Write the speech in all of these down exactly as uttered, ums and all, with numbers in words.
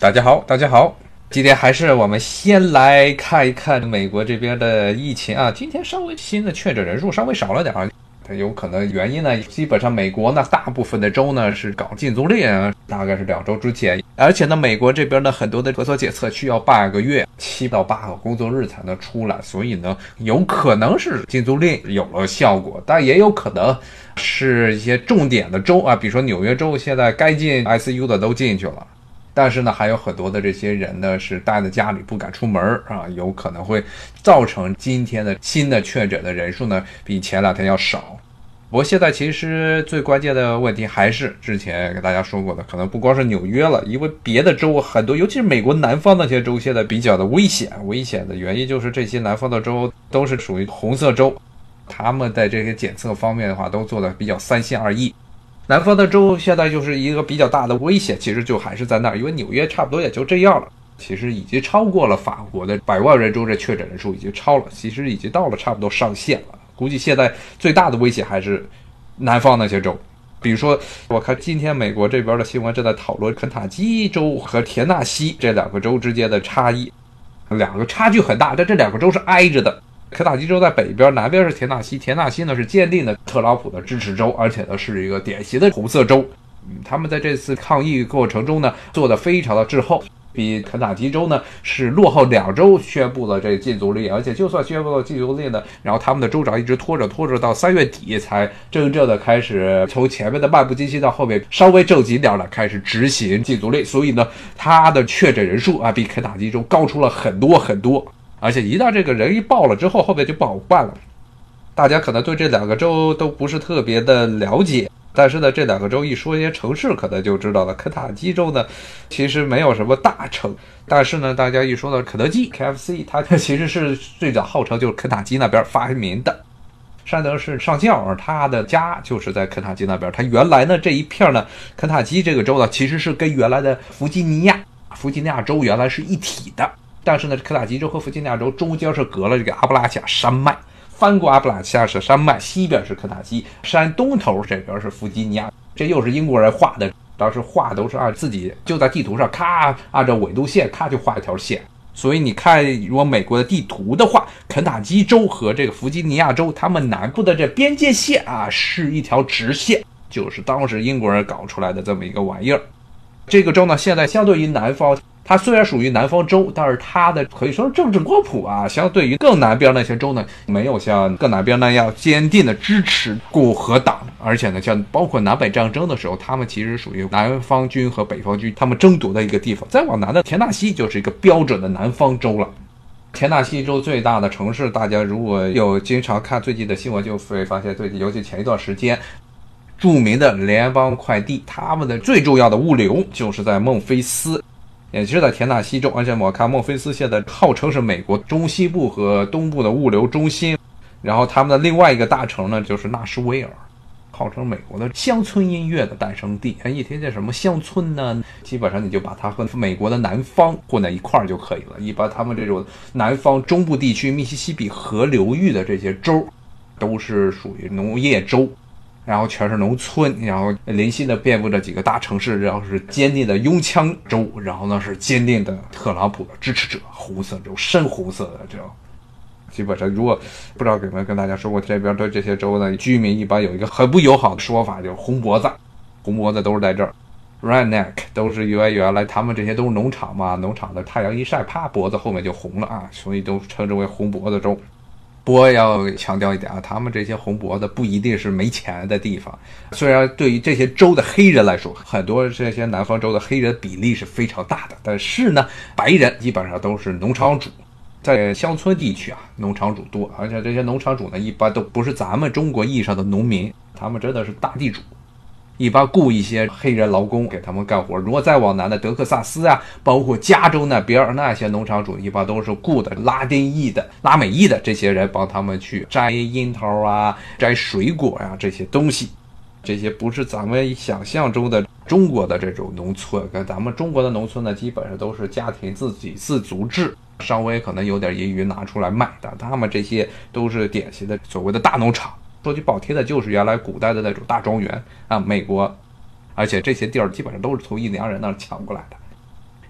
大家好，大家好，今天还是我们先来看一看美国这边的疫情啊。今天稍微新的确诊人数稍微少了点啊，它有可能原因呢，基本上美国呢大部分的州呢是搞禁足令，大概是两周之前，而且呢美国这边呢很多的核酸检测需要半个月，七到八个工作日才能出来，所以呢有可能是禁足令有了效果，但也有可能是一些重点的州啊，比如说纽约州现在该进 I C U 的都进去了。但是呢，还有很多的这些人呢是待在家里不敢出门啊，有可能会造成今天的新的确诊的人数呢比前两天要少。不过现在其实最关键的问题还是之前跟大家说过的，可能不光是纽约了，因为别的州很多，尤其是美国南方那些州现在比较的危险。危险的原因就是这些南方的州都是属于红色州，他们在这些检测方面的话都做的比较三心二意。南方的州现在就是一个比较大的危险，其实就还是在那儿，因为纽约差不多也就这样了，其实已经超过了法国的百万人州这确诊人数已经超了，其实已经到了差不多上限了。估计现在最大的威胁还是南方那些州，比如说我看今天美国这边的新闻正在讨论肯塔基州和田纳西这两个州之间的差异，两个差距很大，但这两个州是挨着的。肯塔基州在北边，南边是田纳西，田纳西呢是坚定的特朗普的支持州，而且呢是一个典型的红色州。嗯，他们在这次抗议过程中呢做得非常的滞后，比肯塔基州呢是落后两周宣布了这禁足令，而且就算宣布了禁足令呢，然后他们的州长一直拖着拖着到三月底才真正的开始从前面的漫不经心到后面稍微正经点了开始执行禁足令，所以呢他的确诊人数啊比肯塔基州高出了很多很多。而且一旦这个人一爆了之后，后面就不好办了。大家可能对这两个州都不是特别的了解，但是呢，这两个州一说一些城市，可能就知道了。肯塔基州呢，其实没有什么大城，但是呢，大家一说到肯德基 K F C， 它其实是最早号称就是肯塔基那边发明的。山德士上校他的家就是在肯塔基那边，他原来呢这一片呢，肯塔基这个州呢，其实是跟原来的弗吉尼亚，弗吉尼亚州原来是一体的。但是呢，肯塔基州和弗吉尼亚州中间是隔了这个阿布拉恰山脉，翻过阿布拉恰是山脉，西边是肯塔基，山东头这边是弗吉尼亚，这又是英国人画的，当时画都是按自己就在地图上咔按照纬度线咔就画一条线，所以你看如果美国的地图的话，肯塔基州和这个弗吉尼亚州他们南部的这边界线啊是一条直线，就是当时英国人搞出来的这么一个玩意儿。这个州呢现在相对于南方，它虽然属于南方州，但是它的可以说是政治光谱啊，相对于更南边那些州呢，没有像更南边那样坚定的支持共和党，而且呢，像包括南北战争的时候，他们其实属于南方军和北方军他们争夺的一个地方。再往南的田纳西就是一个标准的南方州了。田纳西州最大的城市，大家如果有经常看最近的新闻，就会发现最近尤其前一段时间，著名的联邦快递，他们的最重要的物流就是在孟菲斯。也就是在田纳西州，而且我看孟菲斯现在号称是美国中西部和东部的物流中心，然后他们的另外一个大城呢就是纳什维尔，号称美国的乡村音乐的诞生地。一听见什么乡村呢，基本上你就把它和美国的南方混在一块儿就可以了。一般他们这种南方中部地区密西西比河流域的这些州都是属于农业州，然后全是农村，然后零星的遍布着几个大城市，然后是坚定的拥枪州，然后呢是坚定的特朗普的支持者，红色州，深红色的州。基本上如果不知道有没有跟大家说过，这边对这些州呢居民一般有一个很不友好的说法，就是红脖子，红脖子都是在这儿 redneck 都是因为原来他们这些都是农场嘛，农场的太阳一晒，啪脖子后面就红了啊，所以都称之为红脖子州。不过要强调一点啊，他们这些红脖子不一定是没钱的地方。虽然对于这些州的黑人来说，很多这些南方州的黑人比例是非常大的，但是呢，白人基本上都是农场主。在乡村地区啊，农场主多，而且这些农场主呢，一般都不是咱们中国意义上的农民，他们真的是大地主。一般雇一些黑人劳工给他们干活。如果再往南的德克萨斯啊，包括加州那边那些农场主一般都是雇的拉丁裔的、拉美裔的这些人帮他们去摘樱桃啊、摘水果啊这些东西。这些不是咱们想象中的中国的这种农村，跟咱们中国的农村呢，基本上都是家庭自给自足制，稍微可能有点盈余拿出来卖的。他们这些都是典型的所谓的大农场。说句不好听的，就是原来古代的那种大庄园啊，美国，而且这些地儿基本上都是从印第安人那儿抢过来的。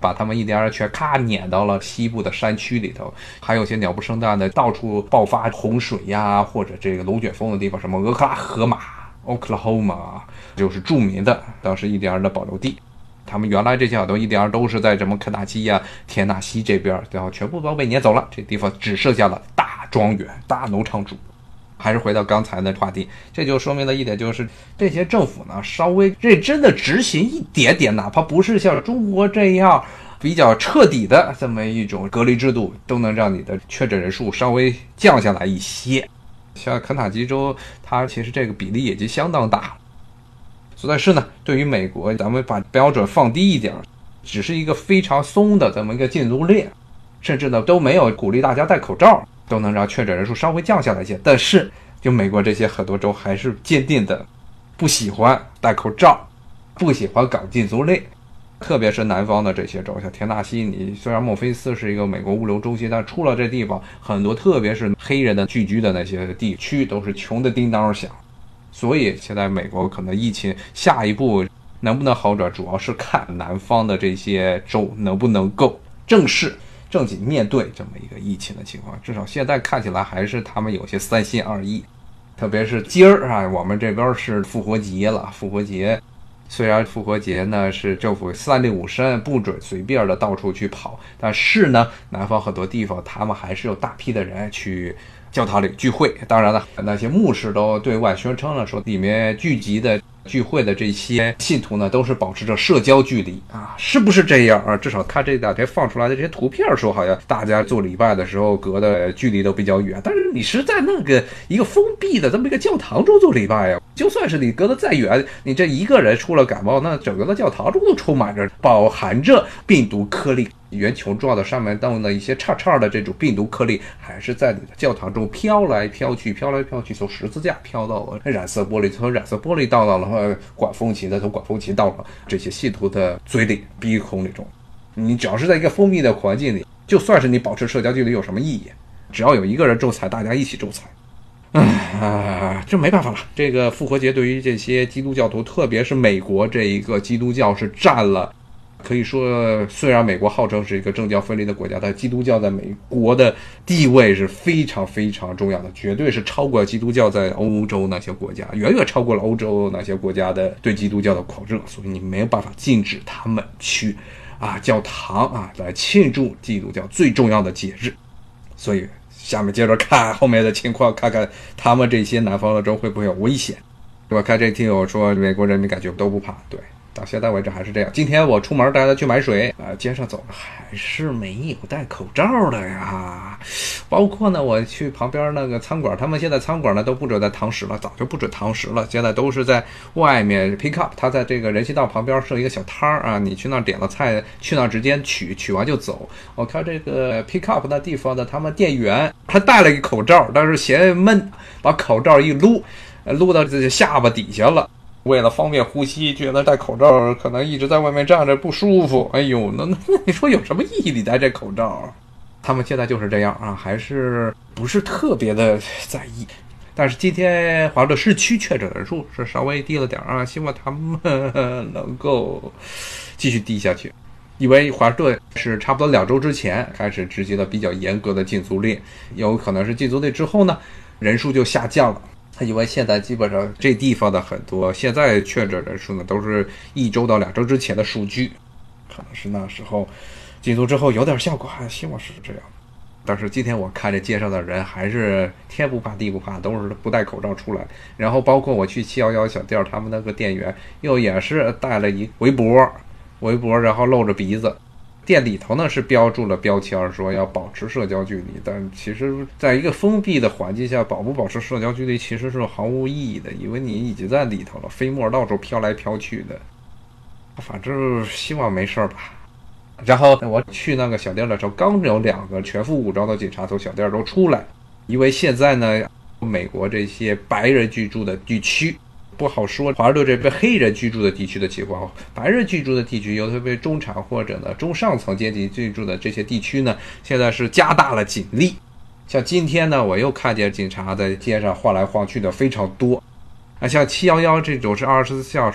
把他们一点儿全咔撵到了西部的山区里头，还有些鸟不生蛋的到处爆发洪水呀，或者这个龙卷风的地方，什么俄克拉荷马 Oklahoma 就是著名的当时印第安人的保留地。他们原来这些好多印第安人都是在什么肯塔基呀、田纳西这边，然后全部都被撵走了，这地方只剩下了大庄园、大农场主。还是回到刚才的话题，这就说明了一点，就是这些政府呢稍微认真的执行一点点，哪怕不是像中国这样比较彻底的这么一种隔离制度，都能让你的确诊人数稍微降下来一些。像肯塔基州，它其实这个比例已经相当大。但是呢，对于美国，咱们把标准放低一点，只是一个非常松的这么一个禁足令，甚至呢都没有鼓励大家戴口罩，都能让确诊人数稍微降下来一些。但是就美国这些很多州还是坚定的不喜欢戴口罩，不喜欢搞禁足令，特别是南方的这些州，像田纳西，你虽然墨菲斯是一个美国物流中心，但出了这地方，很多特别是黑人的聚居的那些地区都是穷的叮当响。所以现在美国可能疫情下一步能不能好转，主要是看南方的这些州能不能够正式正经面对这么一个疫情的情况。至少现在看起来还是他们有些三心二意，特别是今儿啊，我们这边是复活节了。复活节虽然复活节呢是政府三令五申不准随便的到处去跑，但是呢南方很多地方他们还是有大批的人去教堂里聚会。当然了，那些牧师都对外宣称了，说里面聚集的聚会的这些信徒呢都是保持着社交距离啊，是不是这样啊？至少看这两天放出来的这些图片说，好像大家做礼拜的时候隔的距离都比较远，但是你是在那个一个封闭的这么一个教堂中做礼拜呀，就算是你隔得再远，你这一个人出了感冒，那整个的教堂中都充满着饱含着病毒颗粒，圆球状的上面弄的一些叉叉的这种病毒颗粒，还是在你的教堂中飘来飘去，飘来飘去，从十字架飘到了染色玻璃，从染色玻璃到到了管风琴的，从管风琴到了这些信徒的嘴里、鼻孔里中。你只要是在一个封闭的环境里，就算是你保持社交距离有什么意义？只要有一个人仲裁，大家一起仲裁。唉，这没办法了。这个复活节对于这些基督教徒，特别是美国这一个基督教是占了，可以说虽然美国号称是一个政教分离的国家，但基督教在美国的地位是非常非常重要的，绝对是超过基督教在欧洲那些国家，远远超过了欧洲那些国家的对基督教的狂热。所以你没有办法禁止他们去啊教堂啊来庆祝基督教最重要的节日。所以下面接着看后面的情况，看看他们这些南方的州会不会有危险，对吧？看这听友说美国人民感觉都不怕，对，到现在为止还是这样。今天我出门带他去买水啊、呃，街上走还是没有戴口罩的呀。包括呢，我去旁边那个餐馆，他们现在餐馆呢都不准在堂食了，早就不准堂食了，现在都是在外面 pick up。他在这个人行道旁边设一个小摊儿啊，你去那儿点了菜，去那儿直接取，取完就走。我看这个 pick up 那地方的他们店员，他戴了一个口罩，但是嫌闷，把口罩一撸，撸到自己下巴底下了。为了方便呼吸，觉得戴口罩可能一直在外面站着不舒服。哎呦，那那你说有什么意义？你戴这口罩？他们现在就是这样啊，还是不是特别的在意。但是今天华盛顿市区确诊人数是稍微低了点啊，希望他们能够继续低下去。因为华盛顿是差不多两周之前开始执行了比较严格的禁足令，有可能是禁足令之后呢，人数就下降了。因为现在基本上这地方的很多现在确诊人数呢，都是一周到两周之前的数据，可能是那时候禁足之后有点效果，希望是这样。但是今天我看这街上的人还是天不怕地不怕，都是不戴口罩出来。然后包括我去七一一小店，他们那个店员又也是戴了一围脖，围脖然后露着鼻子。店里头呢是标注了标签说要保持社交距离，但其实在一个封闭的环境下，保不保持社交距离其实是毫无意义的，因为你已经在里头了，飞沫到处飘来飘去的。反正希望没事吧。然后我去那个小店的时候，刚有两个全副武装的警察从小店都出来，因为现在呢，美国这些白人居住的地区。不好说华盛顿这边黑人居住的地区的情况，白人居住的地区，尤其是中产或者呢中上层阶级居住的这些地区呢，现在是加大了警力。像今天呢，我又看见警察在街上晃来晃去的非常多。啊，像七一一这种是二十四小时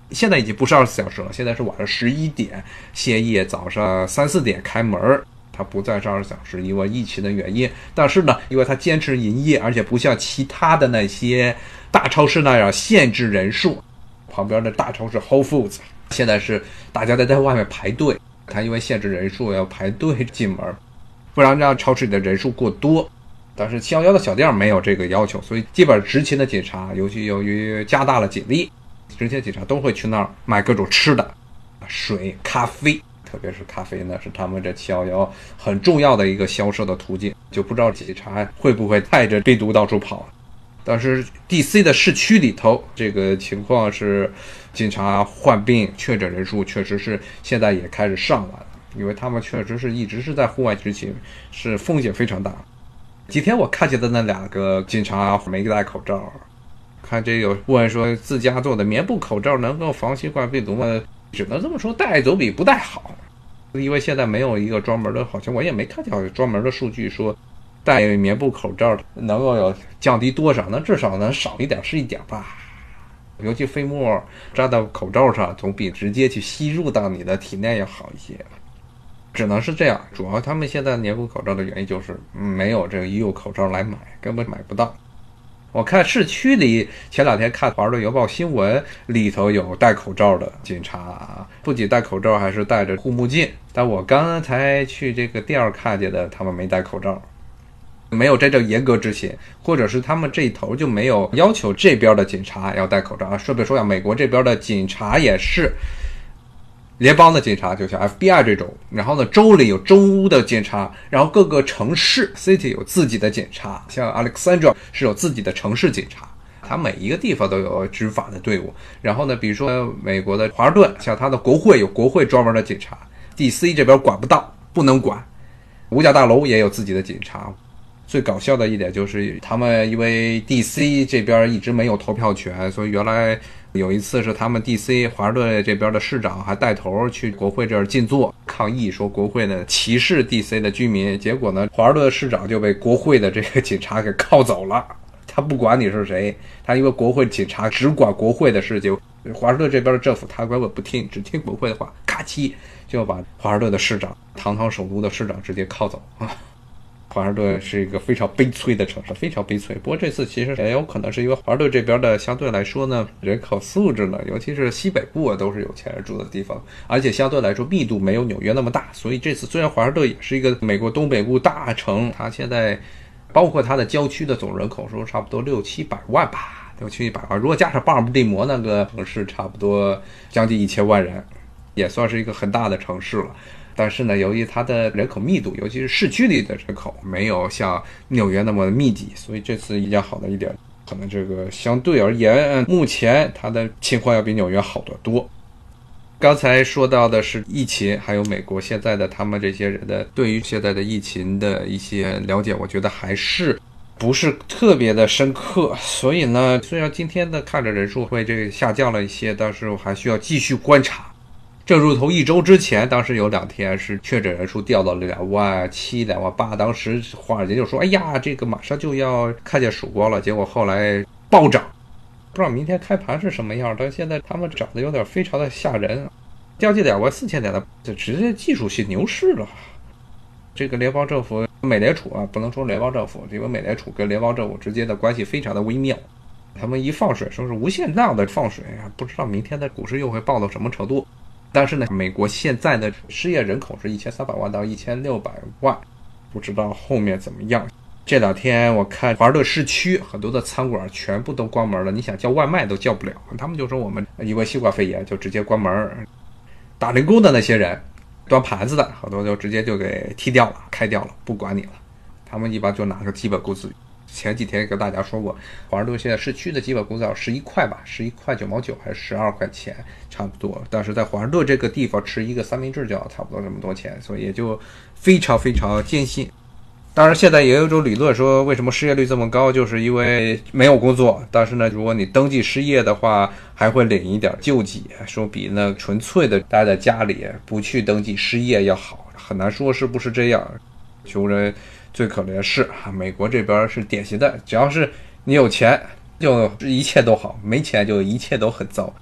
现在已经不是二十四小时了，现在是晚上十一点歇业，早上三四点开门，它不再是二十四小时，因为疫情的原因。但是呢，因为它坚持营业，而且不像其他的那些大超市那样限制人数。旁边的大超市 Whole Foods 现在是大家在在外面排队，它因为限制人数要排队进门，不然让超市里的人数过多。但是七一一的小店没有这个要求，所以基本上执勤的警察，尤其由于加大了警力，执勤警察都会去那儿买各种吃的、水、咖啡，特别是咖啡呢，是他们这七一一很重要的一个销售的途径。就不知道警察会不会带着病毒到处跑。但是 D C 的市区里头，这个情况是警察患病确诊人数确实是现在也开始上来了，因为他们确实是一直是在户外执勤，是风险非常大。今天我看见的那两个警察没戴口罩，看这有问说自家做的棉布口罩能够防新冠病毒吗？只能这么说，戴总比不戴好。因为现在没有一个专门的，好像我也没看到专门的数据说戴棉布口罩能够有降低多少，那至少能少一点是一点吧。尤其飞沫扎到口罩上，总比直接去吸入到你的体内要好一些。只能是这样，主要他们现在棉布口罩的原因就是没有这个医用口罩来买，根本买不到。我看市区里前两天看《华盛顿邮报》新闻里头有戴口罩的警察，不仅戴口罩还是戴着护目镜，但我刚才去这个店看见的他们没戴口罩，没有真正严格执行，或者是他们这一头就没有要求这边的警察要戴口罩。顺便说下，美国这边的警察也是联邦的警察，就像 F B I 这种，然后呢州里有州的警察，然后各个城市 city 有自己的警察，像 Alexandria 是有自己的城市警察，它每一个地方都有执法的队伍。然后呢比如说美国的华盛顿，像它的国会有国会专门的警察， D C 这边管不到，不能管，五角大楼也有自己的警察。最搞笑的一点就是他们因为 D C 这边一直没有投票权，所以原来有一次是他们 D C 华盛顿这边的市长还带头去国会这儿静坐抗议，说国会呢歧视 D C 的居民。结果呢华盛顿的市长就被国会的这个警察给铐走了，他不管你是谁，他因为国会警察只管国会的事情，华盛顿这边的政府他根本不听，只听国会的话，咔嚓就把华盛顿的市长，堂堂首都的市长直接铐走啊。华盛顿是一个非常悲催的城市，非常悲催。不过这次其实也有可能是因为华盛顿这边的相对来说呢，人口素质呢，尤其是西北部啊，都是有钱人住的地方，而且相对来说密度没有纽约那么大。所以这次虽然华盛顿也是一个美国东北部大城，它现在包括它的郊区的总人口数差不多六七百万吧，六七百万。如果加上巴尔的摩那个城市，差不多将近一千万人，也算是一个很大的城市了。但是呢，由于它的人口密度，尤其是市区里的人口没有像纽约那么密集，所以这次比较好的一点，可能这个相对而言，目前它的情况要比纽约好得多。刚才说到的是疫情，还有美国现在的他们这些人的对于现在的疫情的一些了解，我觉得还是不是特别的深刻。所以呢，虽然今天的看着人数会这个下降了一些，但是我还需要继续观察。正如同一周之前，当时有两天是确诊人数掉到了两万七、两万八，当时华尔街就说：“哎呀，这个马上就要看见曙光了。”结果后来暴涨，不知道明天开盘是什么样，但现在他们涨得有点非常的吓人，将近两万四千点的，就直接技术性牛市了。这个联邦政府、美联储啊，不能说联邦政府，因为美联储跟联邦政府之间的关系非常的微妙。他们一放水，说是无限量的放水啊，不知道明天的股市又会爆到什么程度。但是呢，美国现在的失业人口是一千三百万到一千六百万，不知道后面怎么样。这两天我看华盛顿市区很多的餐馆全部都关门了，你想叫外卖都叫不了，他们就说我们因为新冠肺炎就直接关门。打零工的那些人，端盘子的很多就直接就给踢掉了，开掉了，不管你了。他们一般就拿个基本工资。前几天跟大家说过，华盛顿现在市区的基本工资要十一块吧，十一块九毛九还是十二块钱，差不多。但是在华盛顿这个地方吃一个三明治就要差不多这么多钱，所以也就非常非常艰辛。当然现在也有一种理论说，为什么失业率这么高，就是因为没有工作。但是呢，如果你登记失业的话，还会领一点救济，说比那纯粹的待在家里不去登记失业要好。很难说是不是这样。穷人最可怜是美国这边是典型的，只要是你有钱就一切都好，没钱就一切都很糟。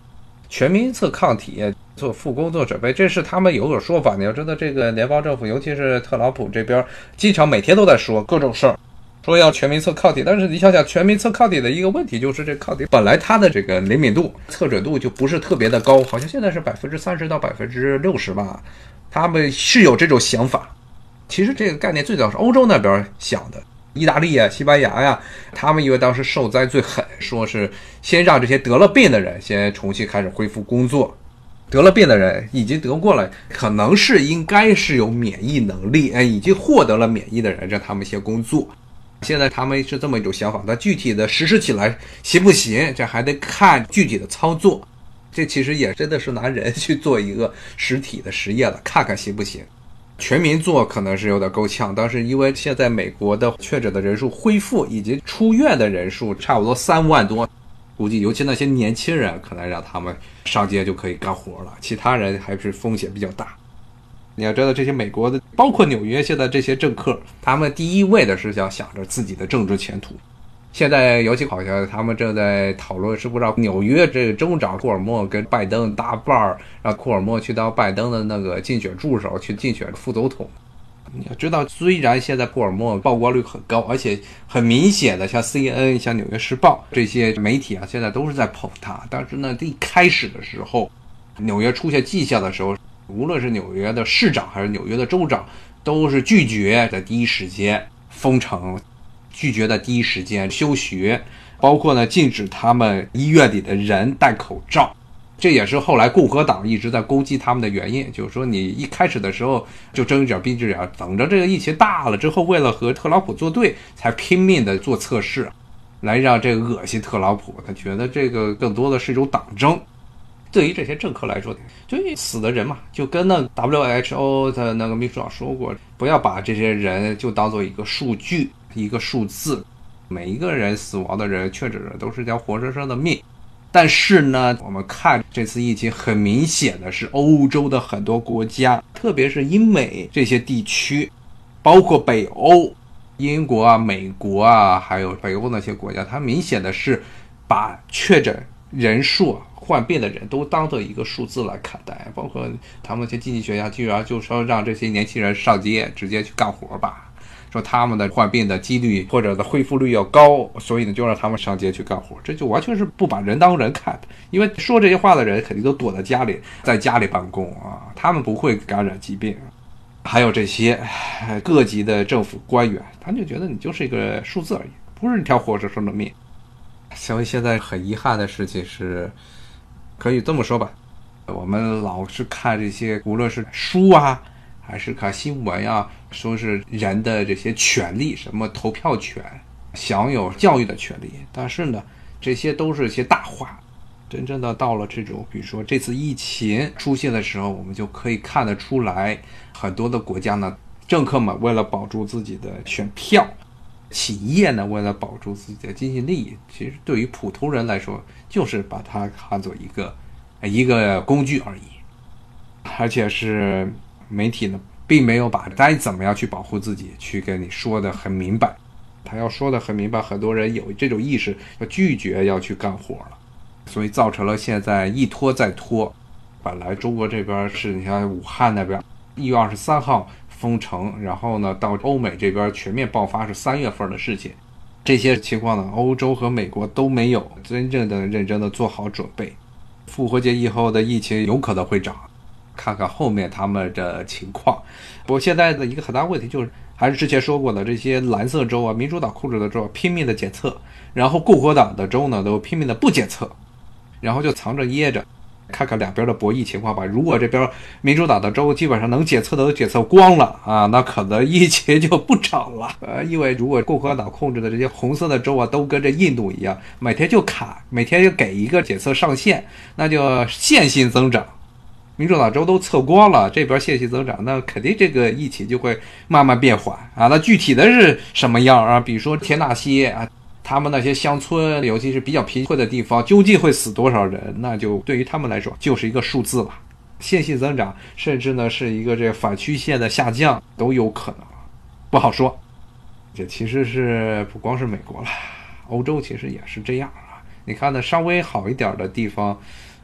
全民测抗体，做复工作准备，这是他们有个说法。你要知道，这个联邦政府，尤其是特朗普这边，经常每天都在说各种事儿，说要全民测抗体。但是你想想，全民测抗体的一个问题就是，这抗体本来它的这个灵敏度、测准度就不是特别的高，好像现在是百分之三十到百分之六十吧。他们是有这种想法。其实这个概念最早是欧洲那边想的。意大利啊、西班牙呀、啊，他们因为当时受灾最狠，说是先让这些得了病的人先重新开始恢复工作。得了病的人已经得过了，可能是应该是有免疫能力，哎，已经获得了免疫的人，让他们先工作。现在他们是这么一种想法，但具体的实施起来行不行，这还得看具体的操作。这其实也真的是拿人去做一个实体的实验了，看看行不行。全民做可能是有点够呛，但是因为现在美国的确诊的人数恢复以及出院的人数差不多三万多，估计尤其那些年轻人可能让他们上街就可以干活了，其他人还是风险比较大。你要知道，这些美国的包括纽约现在这些政客，他们第一位的是想想着自己的政治前途。现在尤其好像他们正在讨论，是不是让纽约这个州长库尔默跟拜登搭伴儿，让库尔默去当拜登的那个竞选助手，去竞选副总统。你要知道，虽然现在库尔默曝光率很高，而且很明显的，像 C N N、像纽约时报这些媒体啊，现在都是在捧他。但是呢，一开始的时候，纽约出现迹象的时候，无论是纽约的市长还是纽约的州长，都是拒绝在第一时间封城。拒绝的第一时间休学，包括呢禁止他们医院里的人戴口罩。这也是后来共和党一直在攻击他们的原因，就是说你一开始的时候就睁一只眼闭一只眼，等着这个疫情大了之后，为了和特朗普作对，才拼命的做测试，来让这个恶心特朗普。他觉得这个更多的是一种党争。对于这些政客来说，就死的人嘛，就跟那 W H O 的那个秘书长说过，不要把这些人就当做一个数据，一个数字。每一个人死亡的人、确诊人都是条活生生的命。但是呢，我们看这次疫情，很明显的是欧洲的很多国家，特别是英美这些地区，包括北欧、英国啊、美国啊，还有北欧那些国家，它明显的是把确诊人数啊、患病的人都当做一个数字来看待。包括他们那些经济学家居然就说让这些年轻人上街直接去干活吧，说他们的患病的几率或者的恢复率要高，所以呢就让他们上街去干活。这就完全是不把人当人看的，因为说这些话的人肯定都躲在家里，在家里办公啊，他们不会感染疾病。还有这些各级的政府官员，他们就觉得你就是一个数字而已，不是一条活生生的命。所以现在很遗憾的事情是，可以这么说吧，我们老是看这些，无论是书啊还是看新闻啊，说是人的这些权利，什么投票权、享有教育的权利，但是呢这些都是一些大话。真正的到了这种比如说这次疫情出现的时候，我们就可以看得出来，很多的国家呢，政客们为了保住自己的选票，企业呢为了保住自己的经济利益，其实对于普通人来说就是把它看作一个一个工具而已。而且是媒体呢并没有把该怎么样去保护自己去跟你说的很明白，他要说的很明白，很多人有这种意识，要拒绝要去干活了，所以造成了现在一拖再拖。本来中国这边是你看武汉那边一月二十三号封城，然后呢到欧美这边全面爆发是三月份的事情。这些情况呢，欧洲和美国都没有真正的认真的做好准备。复活节以后的疫情有可能会涨，看看后面他们的情况。不过现在的一个很大问题就是，还是之前说过的，这些蓝色州啊、民主党控制的州拼命的检测，然后共和党的州呢都拼命的不检测，然后就藏着掖着，看看两边的博弈情况吧。如果这边民主党的州基本上能检测的都检测光了啊，那可能疫情就不涨了。呃，因为如果共和党控制的这些红色的州啊，都跟这印度一样，每天就卡，每天就给一个检测上限，那就线性增长。民主党州都测光了，这边线性增长，那肯定这个疫情就会慢慢变缓啊。那具体的是什么样啊？比如说田纳西啊，他们那些乡村，尤其是比较贫困的地方，究竟会死多少人？那就对于他们来说就是一个数字了。线性增长，甚至呢是一个这反曲线的下降都有可能，不好说。这其实是不光是美国了，欧洲其实也是这样啊。你看呢，稍微好一点的地方，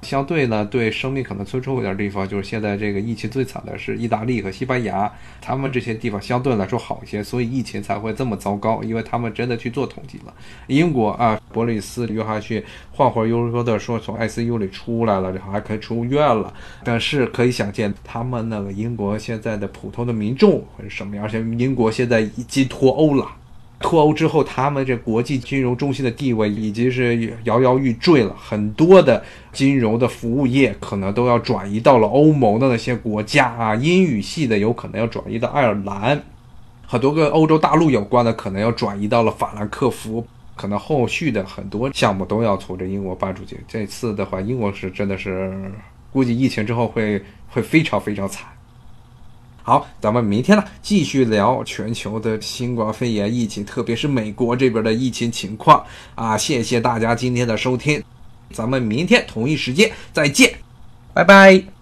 相对呢，对生命可能最重要的地方，就是现在这个疫情最惨的是意大利和西班牙，他们这些地方相对来说好一些，所以疫情才会这么糟糕，因为他们真的去做统计了。英国啊，博里斯约翰逊晃晃悠悠的说从 I C U 里出来了，然后还可以出院了，但是可以想见他们那个英国现在的普通的民众会是什么样，而且英国现在已经脱欧了。脱欧之后，他们这国际金融中心的地位已经是摇摇欲坠了，很多的金融的服务业可能都要转移到了欧盟的那些国家啊，英语系的有可能要转移到爱尔兰，很多跟欧洲大陆有关的可能要转移到了法兰克福，可能后续的很多项目都要从这英国搬出去。这次的话，英国是真的是估计疫情之后会会非常非常惨。好，咱们明天呢继续聊全球的新冠肺炎疫情，特别是美国这边的疫情情况啊！谢谢大家今天的收听，咱们明天同一时间再见，拜拜。